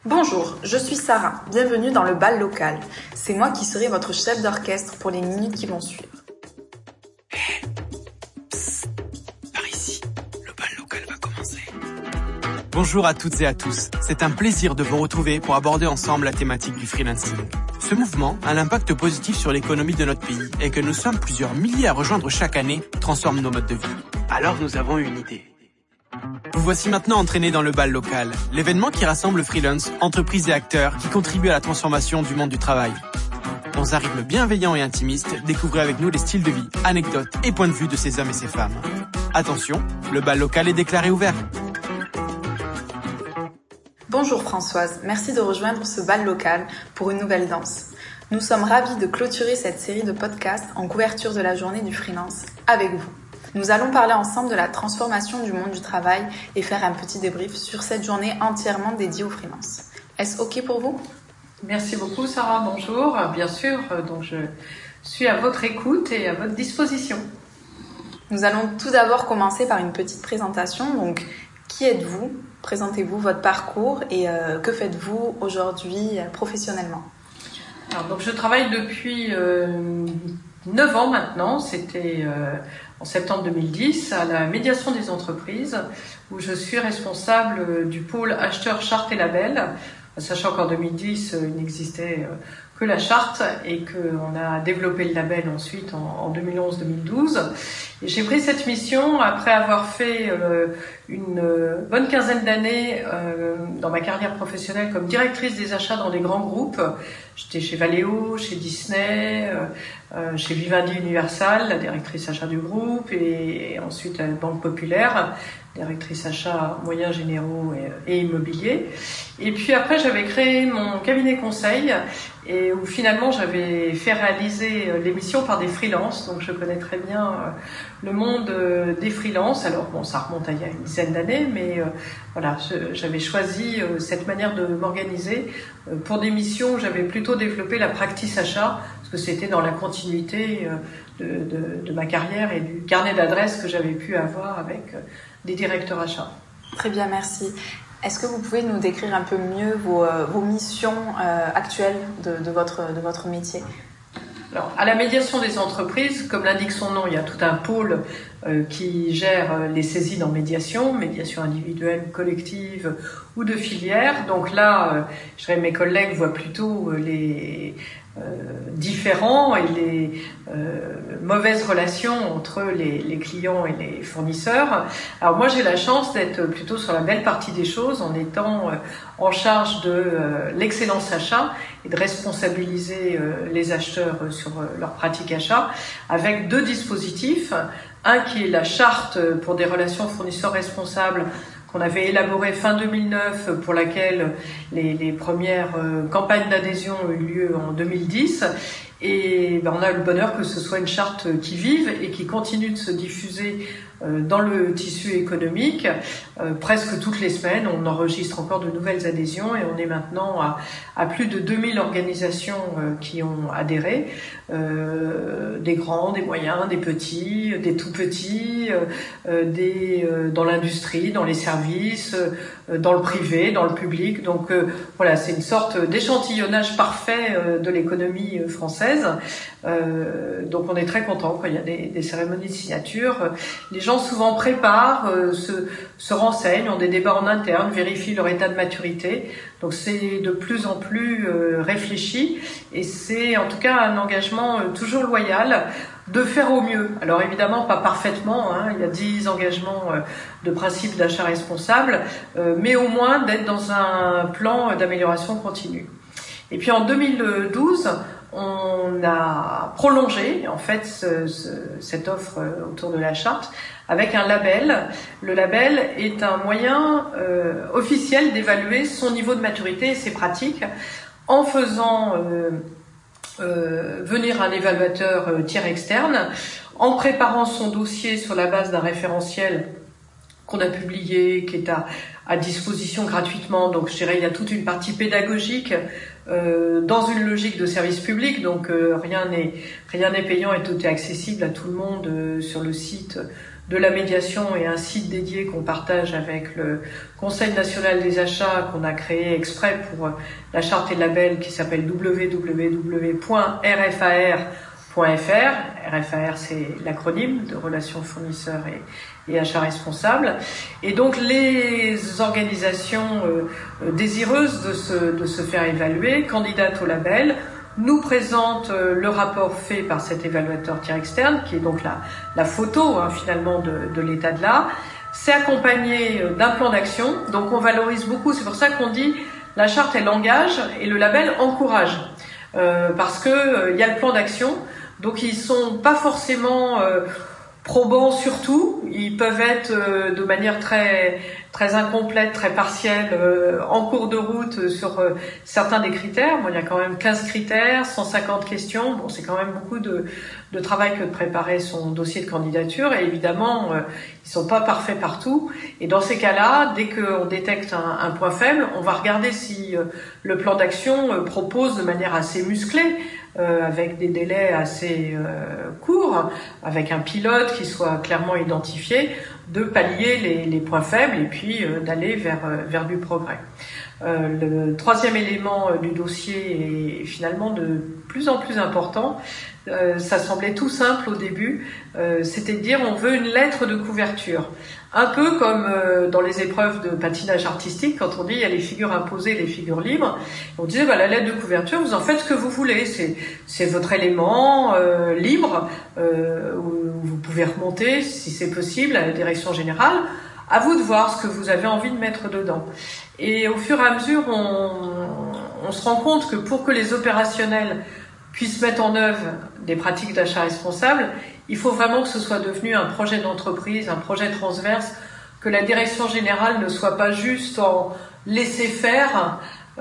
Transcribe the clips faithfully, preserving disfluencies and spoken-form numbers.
Bonjour, je suis Sarah, bienvenue dans le bal local. C'est moi qui serai votre chef d'orchestre pour les minutes qui vont suivre. Hey, psst, par ici, le bal local va commencer. Bonjour à toutes et à tous, c'est un plaisir de vous retrouver pour aborder ensemble la thématique du freelancing. Ce mouvement a un impact positif sur l'économie de notre pays et que nous sommes plusieurs milliers à rejoindre chaque année transforme nos modes de vie. Alors nous avons une idée. Vous voici maintenant entraînés dans le bal local, l'événement qui rassemble freelance, entreprises et acteurs qui contribuent à la transformation du monde du travail. Dans un rythme bienveillant et intimiste, découvrez avec nous les styles de vie, anecdotes et points de vue de ces hommes et ces femmes. Attention, le bal local est déclaré ouvert. Bonjour Françoise, merci de rejoindre ce bal local pour une nouvelle danse. Nous sommes ravis de clôturer cette série de podcasts en couverture de la journée du freelance avec vous. Nous allons parler ensemble de la transformation du monde du travail et faire un petit débrief sur cette journée entièrement dédiée aux freelance. Est-ce OK pour vous ? Merci beaucoup Sarah, bonjour. Bien sûr, donc je suis à votre écoute et à votre disposition. Nous allons tout d'abord commencer par une petite présentation. Donc, qui êtes-vous ? Présentez-vous votre parcours et euh, que faites-vous aujourd'hui euh, professionnellement ? Alors, donc, je travaille depuis euh, neuf ans maintenant, c'était euh, en septembre deux mille dix, à la médiation des entreprises, où je suis responsable du pôle acheteur charte et label, sachant qu'en deux mille dix, il n'existait que la charte et qu'on a développé le label ensuite en, en deux mille onze deux mille douze. Et j'ai pris cette mission après avoir fait euh, une bonne quinzaine d'années euh, dans ma carrière professionnelle comme directrice des achats dans des grands groupes. J'étais chez Valeo, chez Disney, euh, chez Vivendi Universal, la directrice achat du groupe, et, et ensuite à la Banque Populaire, directrice achat moyens généraux et, et immobilier. Et puis après, j'avais créé mon cabinet conseil et où finalement j'avais fait réaliser l'émission par des freelances. Donc je connais très bien le monde des freelances. Alors bon, ça remonte à il y a une dizaine d'années, mais euh, voilà, je, j'avais choisi euh, cette manière de m'organiser euh, pour des missions où j'avais plutôt développé la practice achat, parce que c'était dans la continuité euh, de, de, de ma carrière et du carnet d'adresses que j'avais pu avoir avec euh, des directeurs achats. Très bien, merci. Est-ce que vous pouvez nous décrire un peu mieux vos, euh, vos missions euh, actuelles de, de, votre, de votre métier ? Alors, à la médiation des entreprises, comme l'indique son nom, il y a tout un pôle euh, qui gère euh, les saisines en médiation, médiation individuelle, collective ou de filière. Donc là, euh, je dirais mes collègues voient plutôt euh, les euh, différents et les euh, mauvaises relations entre les, les clients et les fournisseurs. Alors moi, j'ai la chance d'être plutôt sur la belle partie des choses en étant euh, en charge de euh, l'excellence achat et de responsabiliser euh, les acheteurs euh, sur euh, leur pratique achat avec deux dispositifs. Un qui est la charte pour des relations fournisseurs responsables qu'on avait élaborée fin deux mille neuf, pour laquelle les, les premières euh, campagnes d'adhésion ont eu lieu en deux mille dix. Et ben, on a le bonheur que ce soit une charte qui vive et qui continue de se diffuser euh, dans le tissu économique. Euh, presque toutes les semaines, on enregistre encore de nouvelles adhésions et on est maintenant à, à plus de deux mille organisations euh, qui ont adhéré, euh, des grands, des moyens, des petits, des tout petits, euh, des euh, dans l'industrie, dans les services, euh, dans le privé, dans le public. Donc euh, voilà, c'est une sorte d'échantillonnage parfait euh, de l'économie euh, française. Euh, donc on est très content quand il y a des, des cérémonies de signature. Les gens souvent préparent, euh, se, se renseignent, ont des débats en interne, vérifient leur état de maturité. Donc c'est de plus en plus euh, réfléchi et c'est en tout cas un engagement euh, toujours loyal de faire au mieux. Alors évidemment pas parfaitement, hein, il y a dix engagements euh, de principe d'achat responsable, euh, mais au moins d'être dans un plan d'amélioration continue. Et puis en deux mille douze, on a prolongé en fait ce, ce, cette offre autour de la charte avec un label. Le label est un moyen euh, officiel d'évaluer son niveau de maturité et ses pratiques en faisant euh, euh, venir un évaluateur euh, tiers externe, en préparant son dossier sur la base d'un référentiel qu'on a publié, qui est à, à disposition gratuitement. Donc je dirais il y a toute une partie pédagogique euh, dans une logique de service public. Donc euh, rien n'est rien n'est payant et tout est accessible à tout le monde euh, sur le site de la médiation et un site dédié qu'on partage avec le Conseil national des achats qu'on a créé exprès pour la charte et le label qui s'appelle w w w point r f a r point f r. R F A R, c'est l'acronyme de Relations fournisseurs et, et achats responsables. Et donc les organisations euh, désireuses de se, de se faire évaluer, candidates au label, nous présente euh, le rapport fait par cet évaluateur tiers externe, qui est donc la, la photo hein, finalement de, de l'état de l'art. C'est accompagné euh, d'un plan d'action, donc on valorise beaucoup, c'est pour ça qu'on dit la charte elle engage et le label encourage, euh, parce que euh, y a le plan d'action, donc ils sont pas forcément euh, probants sur tout, ils peuvent être euh, de manière très très incomplète, très partielle, euh, en cours de route sur euh, certains des critères. Bon, il y a quand même quinze critères, cent cinquante questions. Bon, c'est quand même beaucoup de, de travail que de préparer son dossier de candidature. Et évidemment, euh, ils sont pas parfaits partout. Et dans ces cas-là, dès qu'on détecte un, un point faible, on va regarder si euh, le plan d'action euh, propose de manière assez musclée, Euh, avec des délais assez euh, courts, avec un pilote qui soit clairement identifié, de pallier les, les points faibles et puis euh, d'aller vers, euh, vers du progrès. Euh, le troisième élément euh, du dossier est finalement de plus en plus important. Euh, ça semblait tout simple au début, euh, c'était de dire on veut une lettre de couverture. Un peu comme euh, dans les épreuves de patinage artistique, quand on dit il y a les figures imposées, les figures libres. On disait bah, la lettre de couverture, vous en faites ce que vous voulez, c'est, c'est votre élément euh, libre, euh, où vous pouvez remonter si c'est possible à la direction générale. À vous de voir ce que vous avez envie de mettre dedans. Et au fur et à mesure, on, on se rend compte que pour que les opérationnels puissent mettre en œuvre des pratiques d'achat responsable, il faut vraiment que ce soit devenu un projet d'entreprise, un projet transverse, que la direction générale ne soit pas juste en laisser-faire,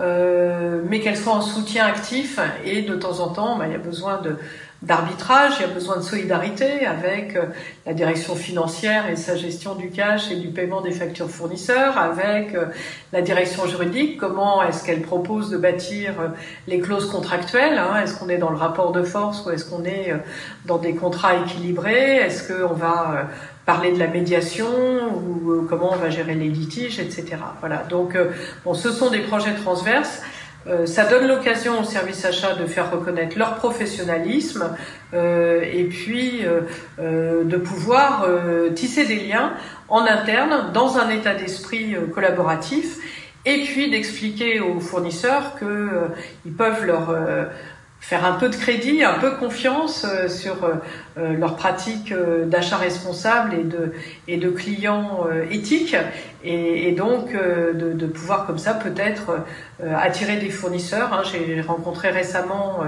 euh, mais qu'elle soit en soutien actif. Et de temps en temps, bah, il y a besoin de d'arbitrage, il y a besoin de solidarité avec la direction financière et sa gestion du cash et du paiement des factures fournisseurs, avec la direction juridique, comment est-ce qu'elle propose de bâtir les clauses contractuelles, hein, est-ce qu'on est dans le rapport de force ou est-ce qu'on est dans des contrats équilibrés, est-ce qu'on va parler de la médiation ou comment on va gérer les litiges, et cetera. Voilà, donc bon, ce sont des projets transverses. Euh, ça donne l'occasion aux services achats de faire reconnaître leur professionnalisme euh, et puis euh, euh, de pouvoir euh, tisser des liens en interne dans un état d'esprit euh, collaboratif et puis d'expliquer aux fournisseurs que euh, ils peuvent leur euh, faire un peu de crédit, un peu confiance euh, sur euh, leurs pratiques euh, d'achat responsable et de, et de clients euh, éthiques et, et donc euh, de, de pouvoir comme ça peut-être euh, attirer des fournisseurs. Hein. J'ai rencontré récemment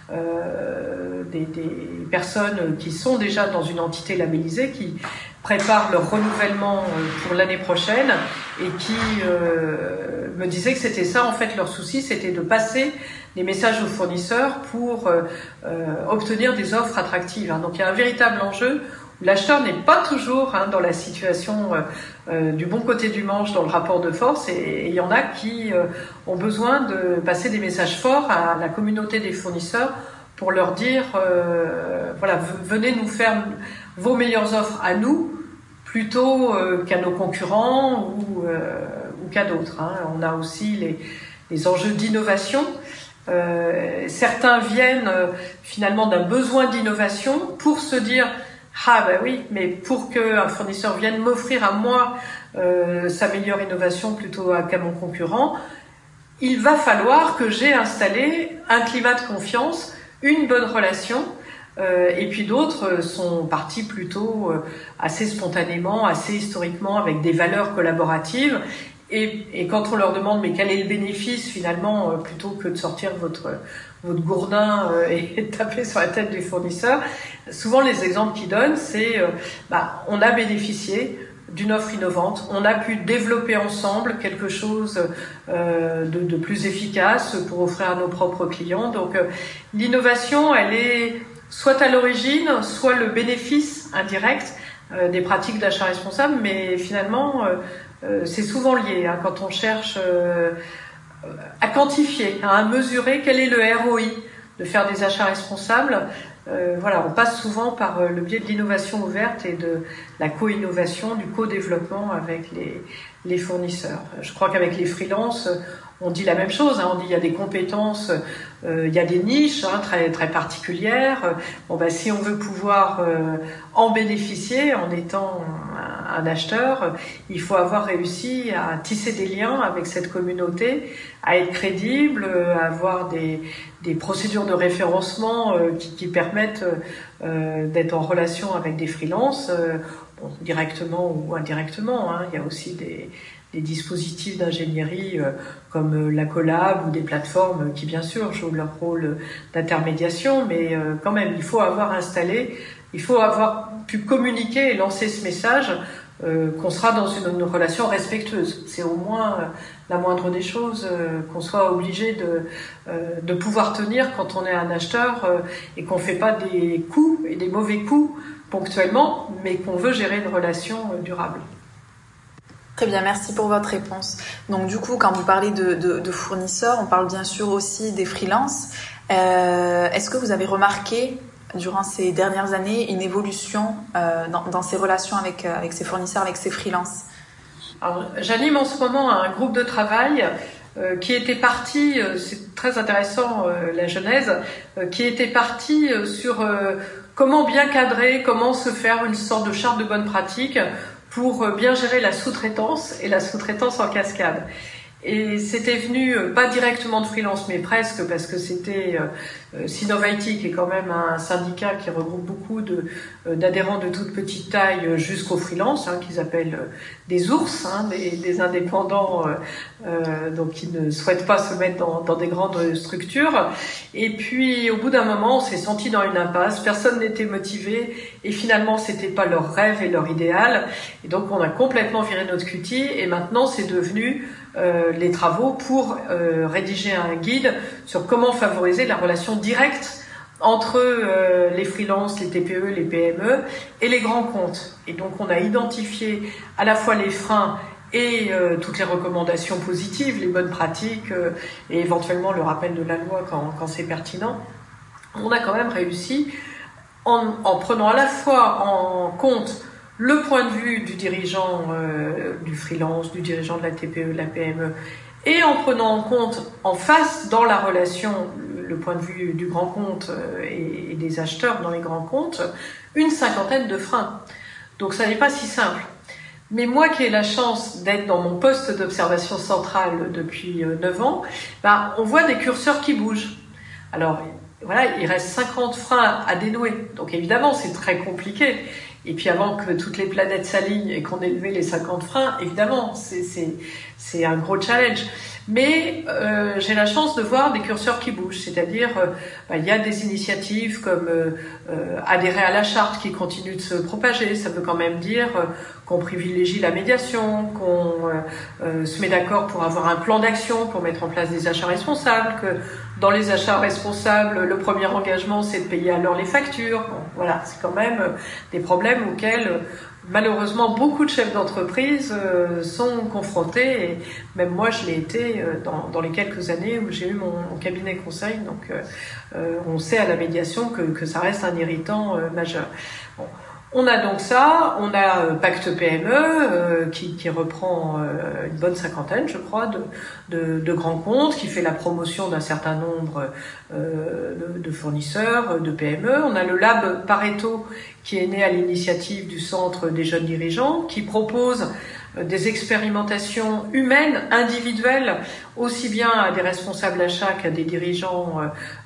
euh, des, des personnes qui sont déjà dans une entité labellisée qui préparent leur renouvellement pour l'année prochaine et qui euh, me disaient que c'était ça en fait leur souci, c'était de passer des messages aux fournisseurs pour euh, euh, obtenir des offres attractives. Hein. Donc il y a un véritable enjeu où l'acheteur n'est pas toujours hein, dans la situation euh, euh, du bon côté du manche dans le rapport de force et il y en a qui euh, ont besoin de passer des messages forts à la communauté des fournisseurs pour leur dire euh, voilà, venez nous faire vos meilleures offres à nous plutôt euh, qu'à nos concurrents ou, euh, ou qu'à d'autres. Hein. On a aussi les, les enjeux d'innovation. Euh, certains viennent euh, finalement d'un besoin d'innovation pour se dire ah ben oui, mais pour qu'un fournisseur vienne m'offrir à moi euh, sa meilleure innovation plutôt qu'à mon concurrent, il va falloir que j'ai installé un climat de confiance, une bonne relation. Euh, et puis d'autres sont partis plutôt euh, assez spontanément, assez historiquement, avec des valeurs collaboratives. Et, et quand on leur demande mais quel est le bénéfice finalement, euh, plutôt que de sortir votre votre gourdin euh, et de taper sur la tête du fournisseur, souvent les exemples qu'ils donnent, c'est euh, bah, on a bénéficié d'une offre innovante, on a pu développer ensemble quelque chose euh, de, de plus efficace pour offrir à nos propres clients. Donc euh, l'innovation, elle est soit à l'origine, soit le bénéfice indirect euh, des pratiques d'achat responsable, mais finalement, euh, euh, c'est souvent lié hein, quand on cherche euh, à quantifier, hein, à mesurer quel est le R O I de faire des achats responsables. euh, voilà, on passe souvent par le biais de l'innovation ouverte et de la co-innovation, du co-développement avec les, les fournisseurs. Je crois qu'avec les freelances, on dit la même chose, hein, on dit il y a des compétences, euh, il y a des niches hein, très très particulières. Bon bah si on veut pouvoir euh, en bénéficier en étant un, un acheteur, il faut avoir réussi à tisser des liens avec cette communauté, à être crédible, à avoir des des procédures de référencement euh, qui, qui permettent euh, d'être en relation avec des freelances, euh, bon, directement ou indirectement. Hein, il y a aussi des des dispositifs d'ingénierie euh, comme euh, la collab ou des plateformes qui bien sûr jouent leur rôle d'intermédiation, mais euh, quand même il faut avoir installé, il faut avoir pu communiquer et lancer ce message euh, qu'on sera dans une, une relation respectueuse. C'est au moins euh, la moindre des choses euh, qu'on soit obligé de, euh, de pouvoir tenir quand on est un acheteur euh, et qu'on fait pas des coups et des mauvais coups ponctuellement, mais qu'on veut gérer une relation euh, durable. Très bien, merci pour votre réponse. Donc du coup, quand vous parlez de, de, de fournisseurs, on parle bien sûr aussi des freelances. Euh, est-ce que vous avez remarqué durant ces dernières années une évolution euh, dans, dans ces relations avec, avec ces fournisseurs, avec ces freelances? Alors, j'anime en ce moment un groupe de travail euh, qui était parti, euh, c'est très intéressant euh, la genèse, euh, qui était parti euh, sur euh, comment bien cadrer, comment se faire une sorte de charte de bonne pratique pour bien gérer la sous-traitance et la sous-traitance en cascade. Et c'était venu, pas directement de freelance, mais presque, parce que c'était euh, Sinov I T, qui est quand même un syndicat qui regroupe beaucoup de, euh, d'adhérents de toute petite taille jusqu'aux freelance, hein, qu'ils appellent des ours, hein, des, des indépendants euh, euh, donc qui ne souhaitent pas se mettre dans, dans des grandes structures. Et puis, au bout d'un moment, on s'est senti dans une impasse, personne n'était motivé, et finalement, c'était pas leur rêve et leur idéal. Et donc, on a complètement viré notre cutie, et maintenant, c'est devenu Euh, les travaux pour euh, rédiger un guide sur comment favoriser la relation directe entre euh, les freelances, les T P E, les P M E et les grands comptes. Et donc on a identifié à la fois les freins et euh, toutes les recommandations positives, les bonnes pratiques euh, et éventuellement le rappel de la loi quand, quand c'est pertinent. On a quand même réussi en, en prenant à la fois en compte le point de vue du dirigeant euh, du freelance, du dirigeant de la T P E, de la P M E, et en prenant en compte en face dans la relation le point de vue du grand compte euh, et, et des acheteurs dans les grands comptes, une cinquantaine de freins. Donc ça n'est pas si simple. Mais moi qui ai la chance d'être dans mon poste d'observation centrale depuis euh, neuf ans, ben, on voit des curseurs qui bougent. Alors voilà, il reste cinquante freins à dénouer. Donc évidemment, c'est très compliqué. Et puis avant que toutes les planètes s'alignent et qu'on ait levé les cinquante freins, évidemment, c'est, c'est, c'est un gros challenge. Mais euh, j'ai la chance de voir des curseurs qui bougent, c'est-à-dire euh, bah, il y a des initiatives comme euh, euh, adhérer à la charte qui continue de se propager. Ça veut quand même dire euh, qu'on privilégie la médiation, qu'on euh, euh, se met d'accord pour avoir un plan d'action pour mettre en place des achats responsables, que dans les achats responsables, le premier engagement c'est de payer à l'heure les factures. Bon, voilà, c'est quand même des problèmes auxquels malheureusement beaucoup de chefs d'entreprise euh, sont confrontés, et même moi je l'ai été euh, dans, dans les quelques années où j'ai eu mon, mon cabinet conseil, donc euh, euh, on sait à la médiation que, que ça reste un irritant euh, majeur. Bon. On a donc ça, on a euh, Pacte P M E euh, qui, qui reprend euh, une bonne cinquantaine, je crois, de, de, de grands comptes, qui fait la promotion d'un certain nombre euh, de, de fournisseurs, de P M E. On a le Lab Pareto qui est né à l'initiative du Centre des jeunes dirigeants, qui propose euh, des expérimentations humaines, individuelles, aussi bien à des responsables achats qu'à des dirigeants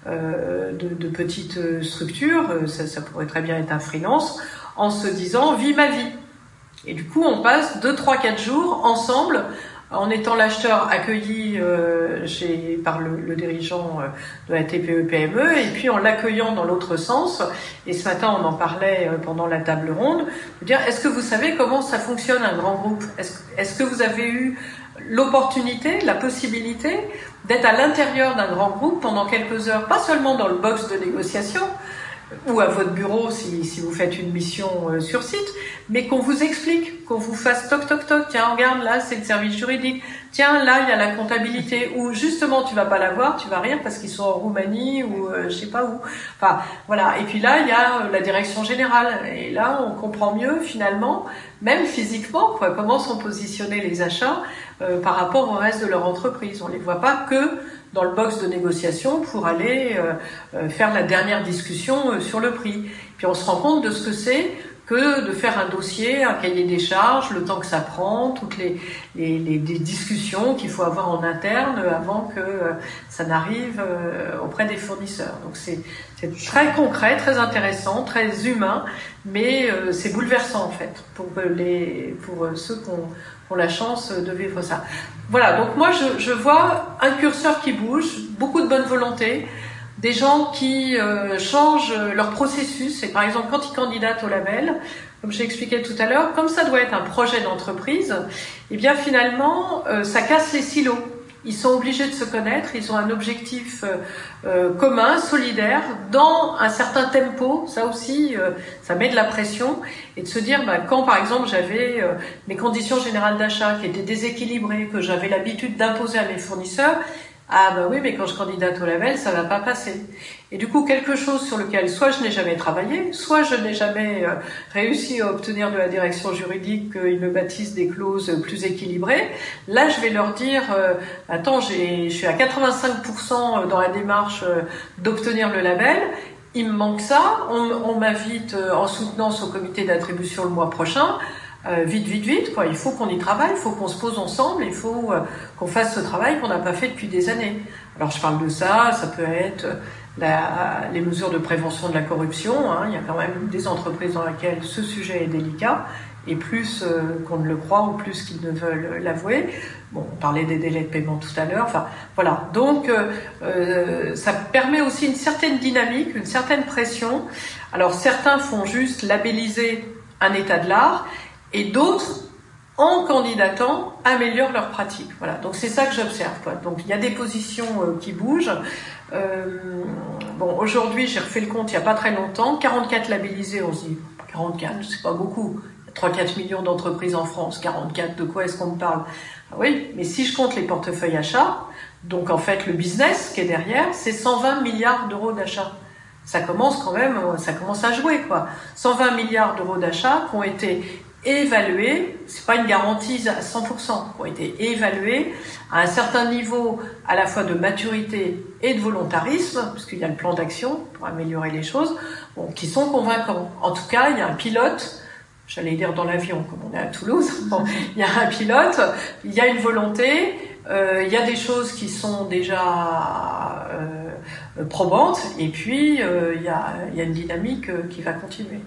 euh, de, de petites structures. Ça, ça pourrait très bien être un freelance, en se disant « vis ma vie ». Et du coup, on passe deux, trois, quatre jours ensemble, en étant l'acheteur accueilli euh, chez, par le, le dirigeant euh, de la T P E P M E, et puis en l'accueillant dans l'autre sens. Et ce matin, on en parlait euh, pendant la table ronde, de dire « est-ce que vous savez comment ça fonctionne un grand groupe ? Est-ce, est-ce que vous avez eu l'opportunité, la possibilité d'être à l'intérieur d'un grand groupe pendant quelques heures, pas seulement dans le box de négociation, ou à votre bureau si, si vous faites une mission euh, sur site, mais qu'on vous explique, qu'on vous fasse toc toc toc, tiens regarde là c'est le service juridique, tiens, là, il y a la comptabilité, ou justement, tu vas pas la voir, tu vas rire parce qu'ils sont en Roumanie ou euh, je sais pas où. Enfin, voilà. Et puis là, il y a la direction générale. Et là, on comprend mieux, finalement, même physiquement, quoi, comment sont positionnés les achats euh, par rapport au reste de leur entreprise. On les voit pas que dans le box de négociation pour aller euh, euh, faire la dernière discussion euh, sur le prix. Puis on se rend compte de ce que c'est que de faire un dossier, un cahier des charges, le temps que ça prend, toutes les, les, les, les discussions qu'il faut avoir en interne avant que euh, ça n'arrive euh, auprès des fournisseurs. Donc c'est, c'est très concret, très intéressant, très humain, mais euh, c'est bouleversant en fait pour les pour ceux qui ont, qui ont la chance de vivre ça. Voilà, donc moi je, je vois un curseur qui bouge, beaucoup de bonne volonté, des gens qui euh, changent leur processus. Et par exemple, quand ils candidatent au label, comme j'ai expliqué tout à l'heure, comme ça doit être un projet d'entreprise, eh bien finalement, euh, ça casse les silos. Ils sont obligés de se connaître, ils ont un objectif euh, euh, commun, solidaire, dans un certain tempo. Ça aussi, euh, ça met de la pression. Et de se dire, bah, quand par exemple j'avais euh, mes conditions générales d'achat qui étaient déséquilibrées, que j'avais l'habitude d'imposer à mes fournisseurs, ah bah oui, mais quand je candidate au label, ça va pas passer. Et du coup, quelque chose sur lequel soit je n'ai jamais travaillé, soit je n'ai jamais euh, réussi à obtenir de la direction juridique qu'ils me bâtissent des clauses plus équilibrées. Là, je vais leur dire, euh, attends, j'ai, je suis à quatre-vingt-cinq pour cent dans la démarche euh, d'obtenir le label. Il me manque ça. On, on m'invite euh, en soutenance au comité d'attribution le mois prochain. Euh, vite, vite, vite, quoi. Il faut qu'on y travaille, il faut qu'on se pose ensemble, il faut euh, qu'on fasse ce travail qu'on n'a pas fait depuis des années. Alors, je parle de ça, ça peut être la, les mesures de prévention de la corruption, hein. Il y a quand même des entreprises dans lesquelles ce sujet est délicat, et plus euh, qu'on ne le croit, ou plus qu'ils ne veulent l'avouer. Bon, on parlait des délais de paiement tout à l'heure, enfin, voilà. Donc, euh, euh, ça permet aussi une certaine dynamique, une certaine pression. Alors, certains font juste labelliser un état de l'art, et d'autres, en candidatant, améliorent leur pratique. Voilà. Donc c'est ça que j'observe, quoi. Donc il y a des positions euh, qui bougent. Euh, bon, aujourd'hui, j'ai refait le compte il n'y a pas très longtemps. quarante-quatre labellisés, on se dit quarante-quatre, c'est pas beaucoup. Il y a trois à quatre millions d'entreprises en France. quarante-quatre, de quoi est-ce qu'on me parle? Ah oui, mais si je compte les portefeuilles achats, donc en fait le business qui est derrière, c'est cent vingt milliards d'euros d'achats. Ça commence quand même, ça commence à jouer, quoi. cent vingt milliards d'euros d'achats qui ont été évalués, c'est pas une garantie à cent pour cent, ont été évalués à un certain niveau à la fois de maturité et de volontarisme, puisqu'il y a le plan d'action pour améliorer les choses, bon, qui sont convaincants. En tout cas, il y a un pilote, j'allais dire dans l'avion, comme on est à Toulouse, bon, il y a un pilote, il y a une volonté, euh, il y a des choses qui sont déjà euh, probantes, et puis euh, il y a, il y a une dynamique euh, qui va continuer.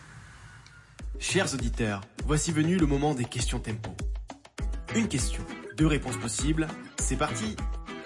Chers auditeurs, voici venu le moment des questions tempo. Une question, deux réponses possibles, c'est parti.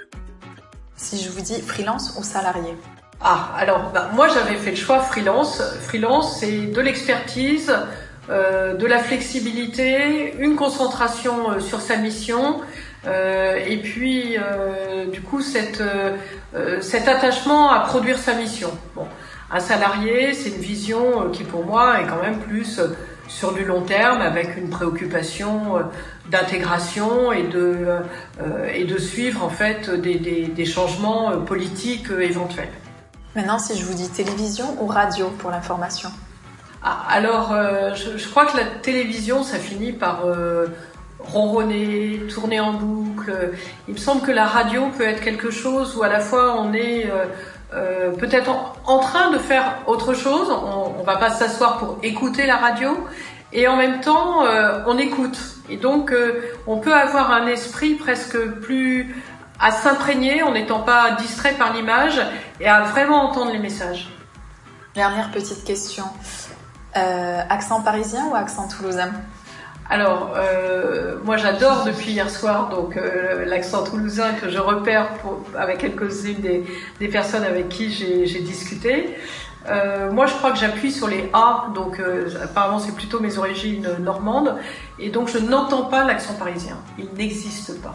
Si je vous dis freelance ou salarié? Ah, alors, bah, moi j'avais fait le choix freelance. Freelance, c'est de l'expertise, euh, de la flexibilité, une concentration euh, sur sa mission, euh, et puis euh, du coup cette, euh, cet attachement à produire sa mission. Bon. Un salarié, c'est une vision qui pour moi est quand même plus sur du long terme, avec une préoccupation d'intégration et de, euh, et de suivre en fait des, des, des changements politiques éventuels. Maintenant, si je vous dis télévision ou radio pour l'information? Ah, alors, euh, je, je crois que la télévision, ça finit par euh, ronronner, tourner en boucle. Il me semble que la radio peut être quelque chose où à la fois on est... Euh, Euh, peut-être en, en train de faire autre chose, on, on va pas s'asseoir pour écouter la radio, et en même temps euh, on écoute, et donc euh, on peut avoir un esprit presque plus à s'imprégner en n'étant pas distrait par l'image et à vraiment entendre les messages. Dernière petite question, euh, accent parisien ou accent toulousain? Alors, euh, moi j'adore depuis hier soir donc euh, l'accent toulousain que je repère pour, avec quelques-unes des, des personnes avec qui j'ai, j'ai discuté. Euh, moi je crois que j'appuie sur les A, donc euh, apparemment c'est plutôt mes origines normandes, et donc je n'entends pas l'accent parisien, il n'existe pas.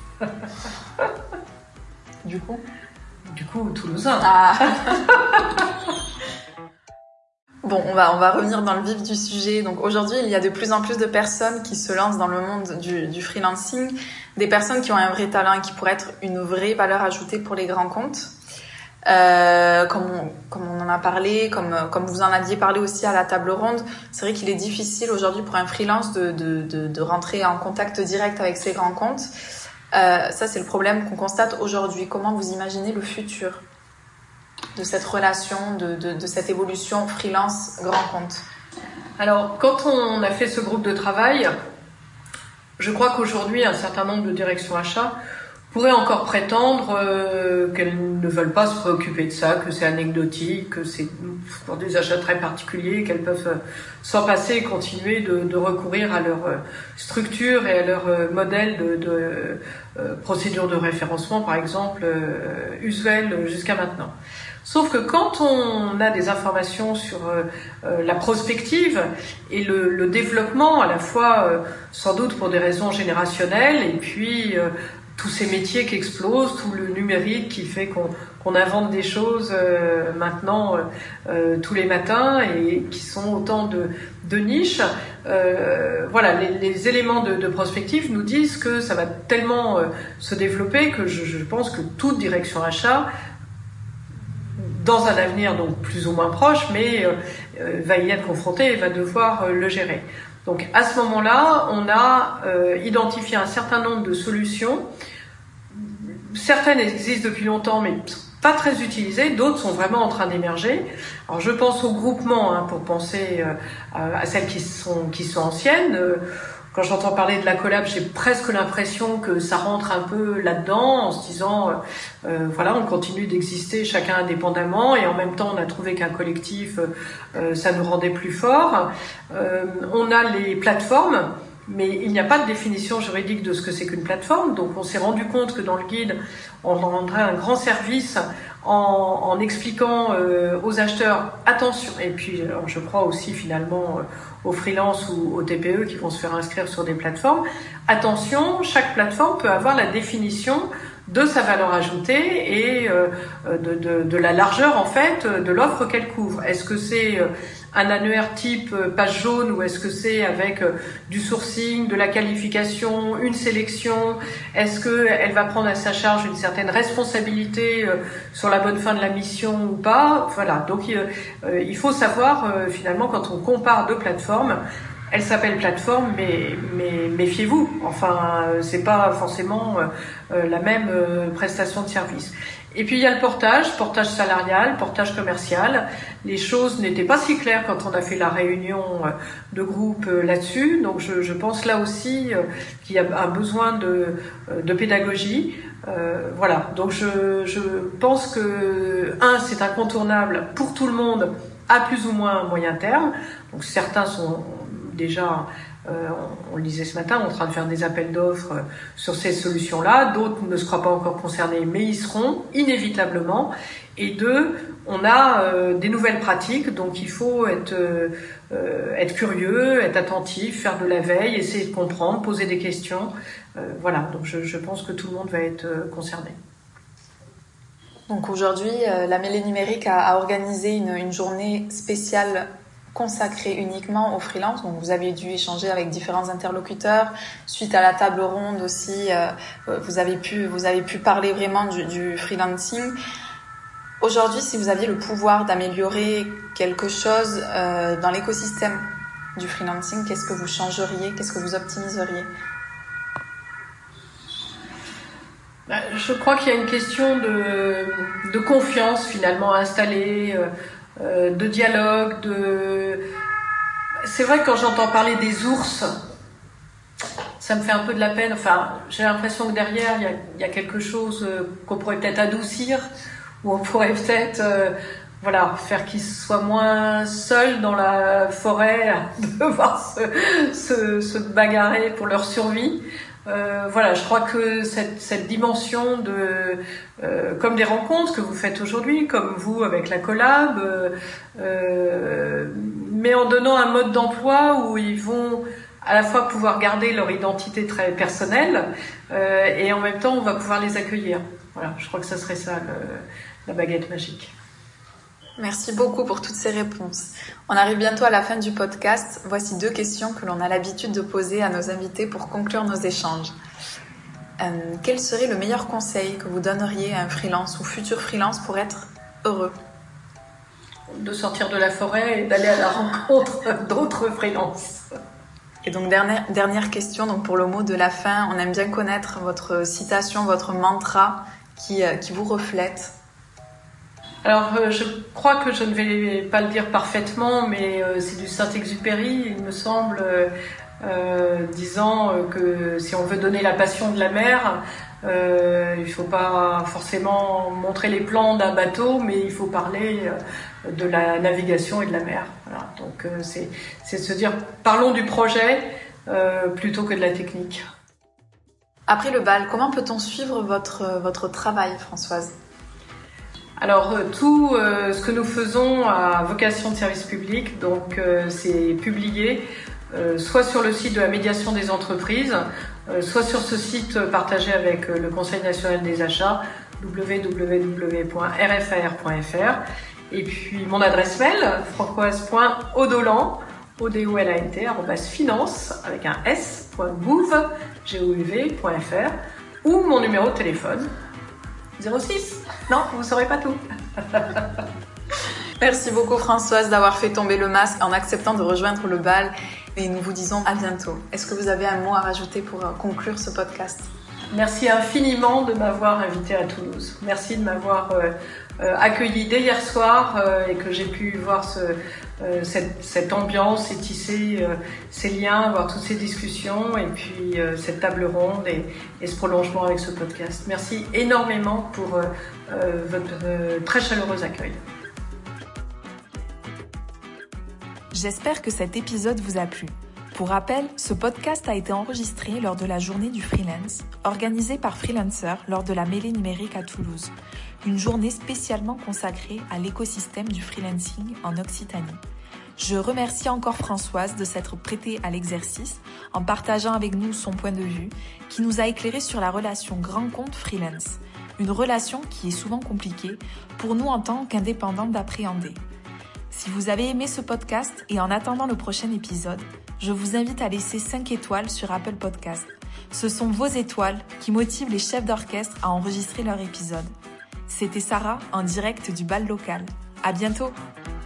Du coup Du coup, toulousain. Ah. Bon, on va, on va revenir dans le vif du sujet. Donc aujourd'hui, il y a de plus en plus de personnes qui se lancent dans le monde du, du freelancing, des personnes qui ont un vrai talent et qui pourraient être une vraie valeur ajoutée pour les grands comptes. Euh, comme, on, comme on en a parlé, comme, comme vous en aviez parlé aussi à la table ronde, c'est vrai qu'il est difficile aujourd'hui pour un freelance de, de, de, de rentrer en contact direct avec ses grands comptes. Euh, ça, c'est le problème qu'on constate aujourd'hui. Comment vous imaginez le futur de cette relation, de, de, de cette évolution freelance-grand compte? Alors, quand on a fait ce groupe de travail, je crois qu'aujourd'hui, un certain nombre de directions achats pourraient encore prétendre euh, qu'elles ne veulent pas se préoccuper de ça, que c'est anecdotique, que c'est pour des achats très particuliers, qu'elles peuvent euh, s'en passer et continuer de, de recourir à leur euh, structure et à leur euh, modèle de, de euh, procédure de référencement, par exemple, euh, usuel jusqu'à maintenant. Sauf que quand on a des informations sur euh, euh, la prospective et le, le développement, à la fois euh, sans doute pour des raisons générationnelles, et puis euh, tous ces métiers qui explosent, tout le numérique qui fait qu'on qu'on invente des choses euh, maintenant euh, euh, tous les matins et qui sont autant de, de niches. Euh, voilà, les, les éléments de, de prospective nous disent que ça va tellement euh, se développer que je, je pense que toute direction achat, dans un avenir donc plus ou moins proche, mais euh, euh, va y être confrontée et va devoir euh, le gérer. Donc à ce moment-là, on a euh, identifié un certain nombre de solutions. Certaines existent depuis longtemps, mais pas très utilisées. D'autres sont vraiment en train d'émerger. Alors je pense au groupement, hein, pour penser euh, à celles qui sont qui sont anciennes. Euh, Quand j'entends parler de la collab, j'ai presque l'impression que ça rentre un peu là-dedans, en se disant, euh, voilà, on continue d'exister chacun indépendamment, et en même temps, on a trouvé qu'un collectif, euh, ça nous rendait plus forts. Euh, on a les plateformes, mais il n'y a pas de définition juridique de ce que c'est qu'une plateforme, donc on s'est rendu compte que dans le guide, on rendrait un grand service en, en expliquant euh, aux acheteurs, attention, et puis alors, je crois aussi finalement euh, aux freelances ou aux T P E qui vont se faire inscrire sur des plateformes, attention, chaque plateforme peut avoir la définition de sa valeur ajoutée et euh, de, de, de la largeur en fait de l'offre qu'elle couvre. Est-ce que c'est euh, un annuaire type page jaune ou est-ce que c'est avec euh, du sourcing, de la qualification, une sélection? Est-ce qu'elle va prendre à sa charge une certaine responsabilité euh, sur la bonne fin de la mission ou pas? Voilà, donc euh, il faut savoir euh, finalement quand on compare deux plateformes, elle s'appelle plateforme, mais, mais méfiez-vous. Enfin, euh, c'est pas forcément euh, la même euh, prestation de service. Et puis il y a le portage, portage salarial, portage commercial. Les choses n'étaient pas si claires quand on a fait la réunion de groupe là-dessus. Donc je, je pense là aussi qu'il y a un besoin de, de pédagogie. Euh, voilà. Donc je, je pense que un, c'est incontournable pour tout le monde à plus ou moins moyen terme. Donc certains sont déjà, euh, on, on le disait ce matin, en train de faire des appels d'offres euh, sur ces solutions-là. D'autres ne se croient pas encore concernés, mais ils seront inévitablement. Et deux, on a euh, des nouvelles pratiques, donc il faut être, euh, être curieux, être attentif, faire de la veille, essayer de comprendre, poser des questions. Euh, voilà, donc je, je pense que tout le monde va être euh, concerné. Donc aujourd'hui, euh, la Mêlée Numérique a, a organisé une, une journée spéciale consacré uniquement aux freelances. Donc vous avez dû échanger avec différents interlocuteurs. Suite à la table ronde aussi, euh, vous avez pu vous avez pu parler vraiment du, du freelancing. Aujourd'hui, si vous aviez le pouvoir d'améliorer quelque chose euh, dans l'écosystème du freelancing, qu'est-ce que vous changeriez? Qu'est-ce que vous optimiseriez? Je crois qu'il y a une question de, de confiance finalement installée, euh, de dialogue, de... C'est vrai que quand j'entends parler des ours, ça me fait un peu de la peine. Enfin, j'ai l'impression que derrière, il y a, il y a quelque chose qu'on pourrait peut-être adoucir, ou on pourrait peut-être euh, voilà, faire qu'ils soient moins seuls dans la forêt à devoir se, se, se bagarrer pour leur survie. Euh, voilà, je crois que cette, cette dimension de, euh, comme des rencontres que vous faites aujourd'hui, comme vous avec la collab, euh, euh, mais en donnant un mode d'emploi où ils vont à la fois pouvoir garder leur identité très personnelle euh, et en même temps on va pouvoir les accueillir. Voilà, je crois que ça serait ça le, la baguette magique. Merci beaucoup pour toutes ces réponses. On arrive bientôt à la fin du podcast. Voici deux questions que l'on a l'habitude de poser à nos invités pour conclure nos échanges. Euh, quel serait le meilleur conseil que vous donneriez à un freelance ou futur freelance pour être heureux ? De sortir de la forêt et d'aller à la rencontre d'autres freelances. Et donc dernière, dernière question, donc pour le mot de la fin, on aime bien connaître votre citation, votre mantra qui, euh, qui vous reflète. Alors, euh, je crois que je ne vais pas le dire parfaitement, mais euh, c'est du Saint-Exupéry, il me semble, euh, euh, disant euh, que si on veut donner la passion de la mer, euh, il ne faut pas forcément montrer les plans d'un bateau, mais il faut parler euh, de la navigation et de la mer. Voilà. Donc, euh, c'est, c'est se dire, parlons du projet euh, plutôt que de la technique. Après le bal, comment peut-on suivre votre, votre travail, Françoise ? Alors euh, tout euh, ce que nous faisons a vocation de service public, donc euh, c'est publié euh, soit sur le site de la médiation des entreprises, euh, soit sur ce site partagé avec euh, le Conseil national des achats, w w w point r f a r point f r, et puis mon adresse mail, francoise point odolan, o d o l a n t, arobase finance, avec un s, point gouv, g o u v, point f r, ou mon numéro de téléphone, zéro six. Non, vous ne saurez pas tout. Merci beaucoup Françoise d'avoir fait tomber le masque en acceptant de rejoindre le bal et nous vous disons à bientôt. Est-ce que vous avez un mot à rajouter pour conclure ce podcast ? Merci infiniment de m'avoir invité à Toulouse. Merci de m'avoir euh, euh, accueilli dès hier soir euh, et que j'ai pu voir ce, euh, cette, cette ambiance et tisser euh, ces liens, voir toutes ces discussions et puis euh, cette table ronde et, et ce prolongement avec ce podcast. Merci énormément pour euh, euh, votre euh, très chaleureux accueil. J'espère que cet épisode vous a plu. Pour rappel, ce podcast a été enregistré lors de la journée du freelance, organisée par Freelancer lors de la mêlée numérique à Toulouse, une journée spécialement consacrée à l'écosystème du freelancing en Occitanie. Je remercie encore Françoise de s'être prêtée à l'exercice en partageant avec nous son point de vue qui nous a éclairé sur la relation grand compte freelance, une relation qui est souvent compliquée pour nous en tant qu'indépendants d'appréhender. Si vous avez aimé ce podcast et en attendant le prochain épisode, je vous invite à laisser cinq étoiles sur Apple Podcast. Ce sont vos étoiles qui motivent les chefs d'orchestre à enregistrer leur épisode. C'était Sarah en direct du bal local. À bientôt!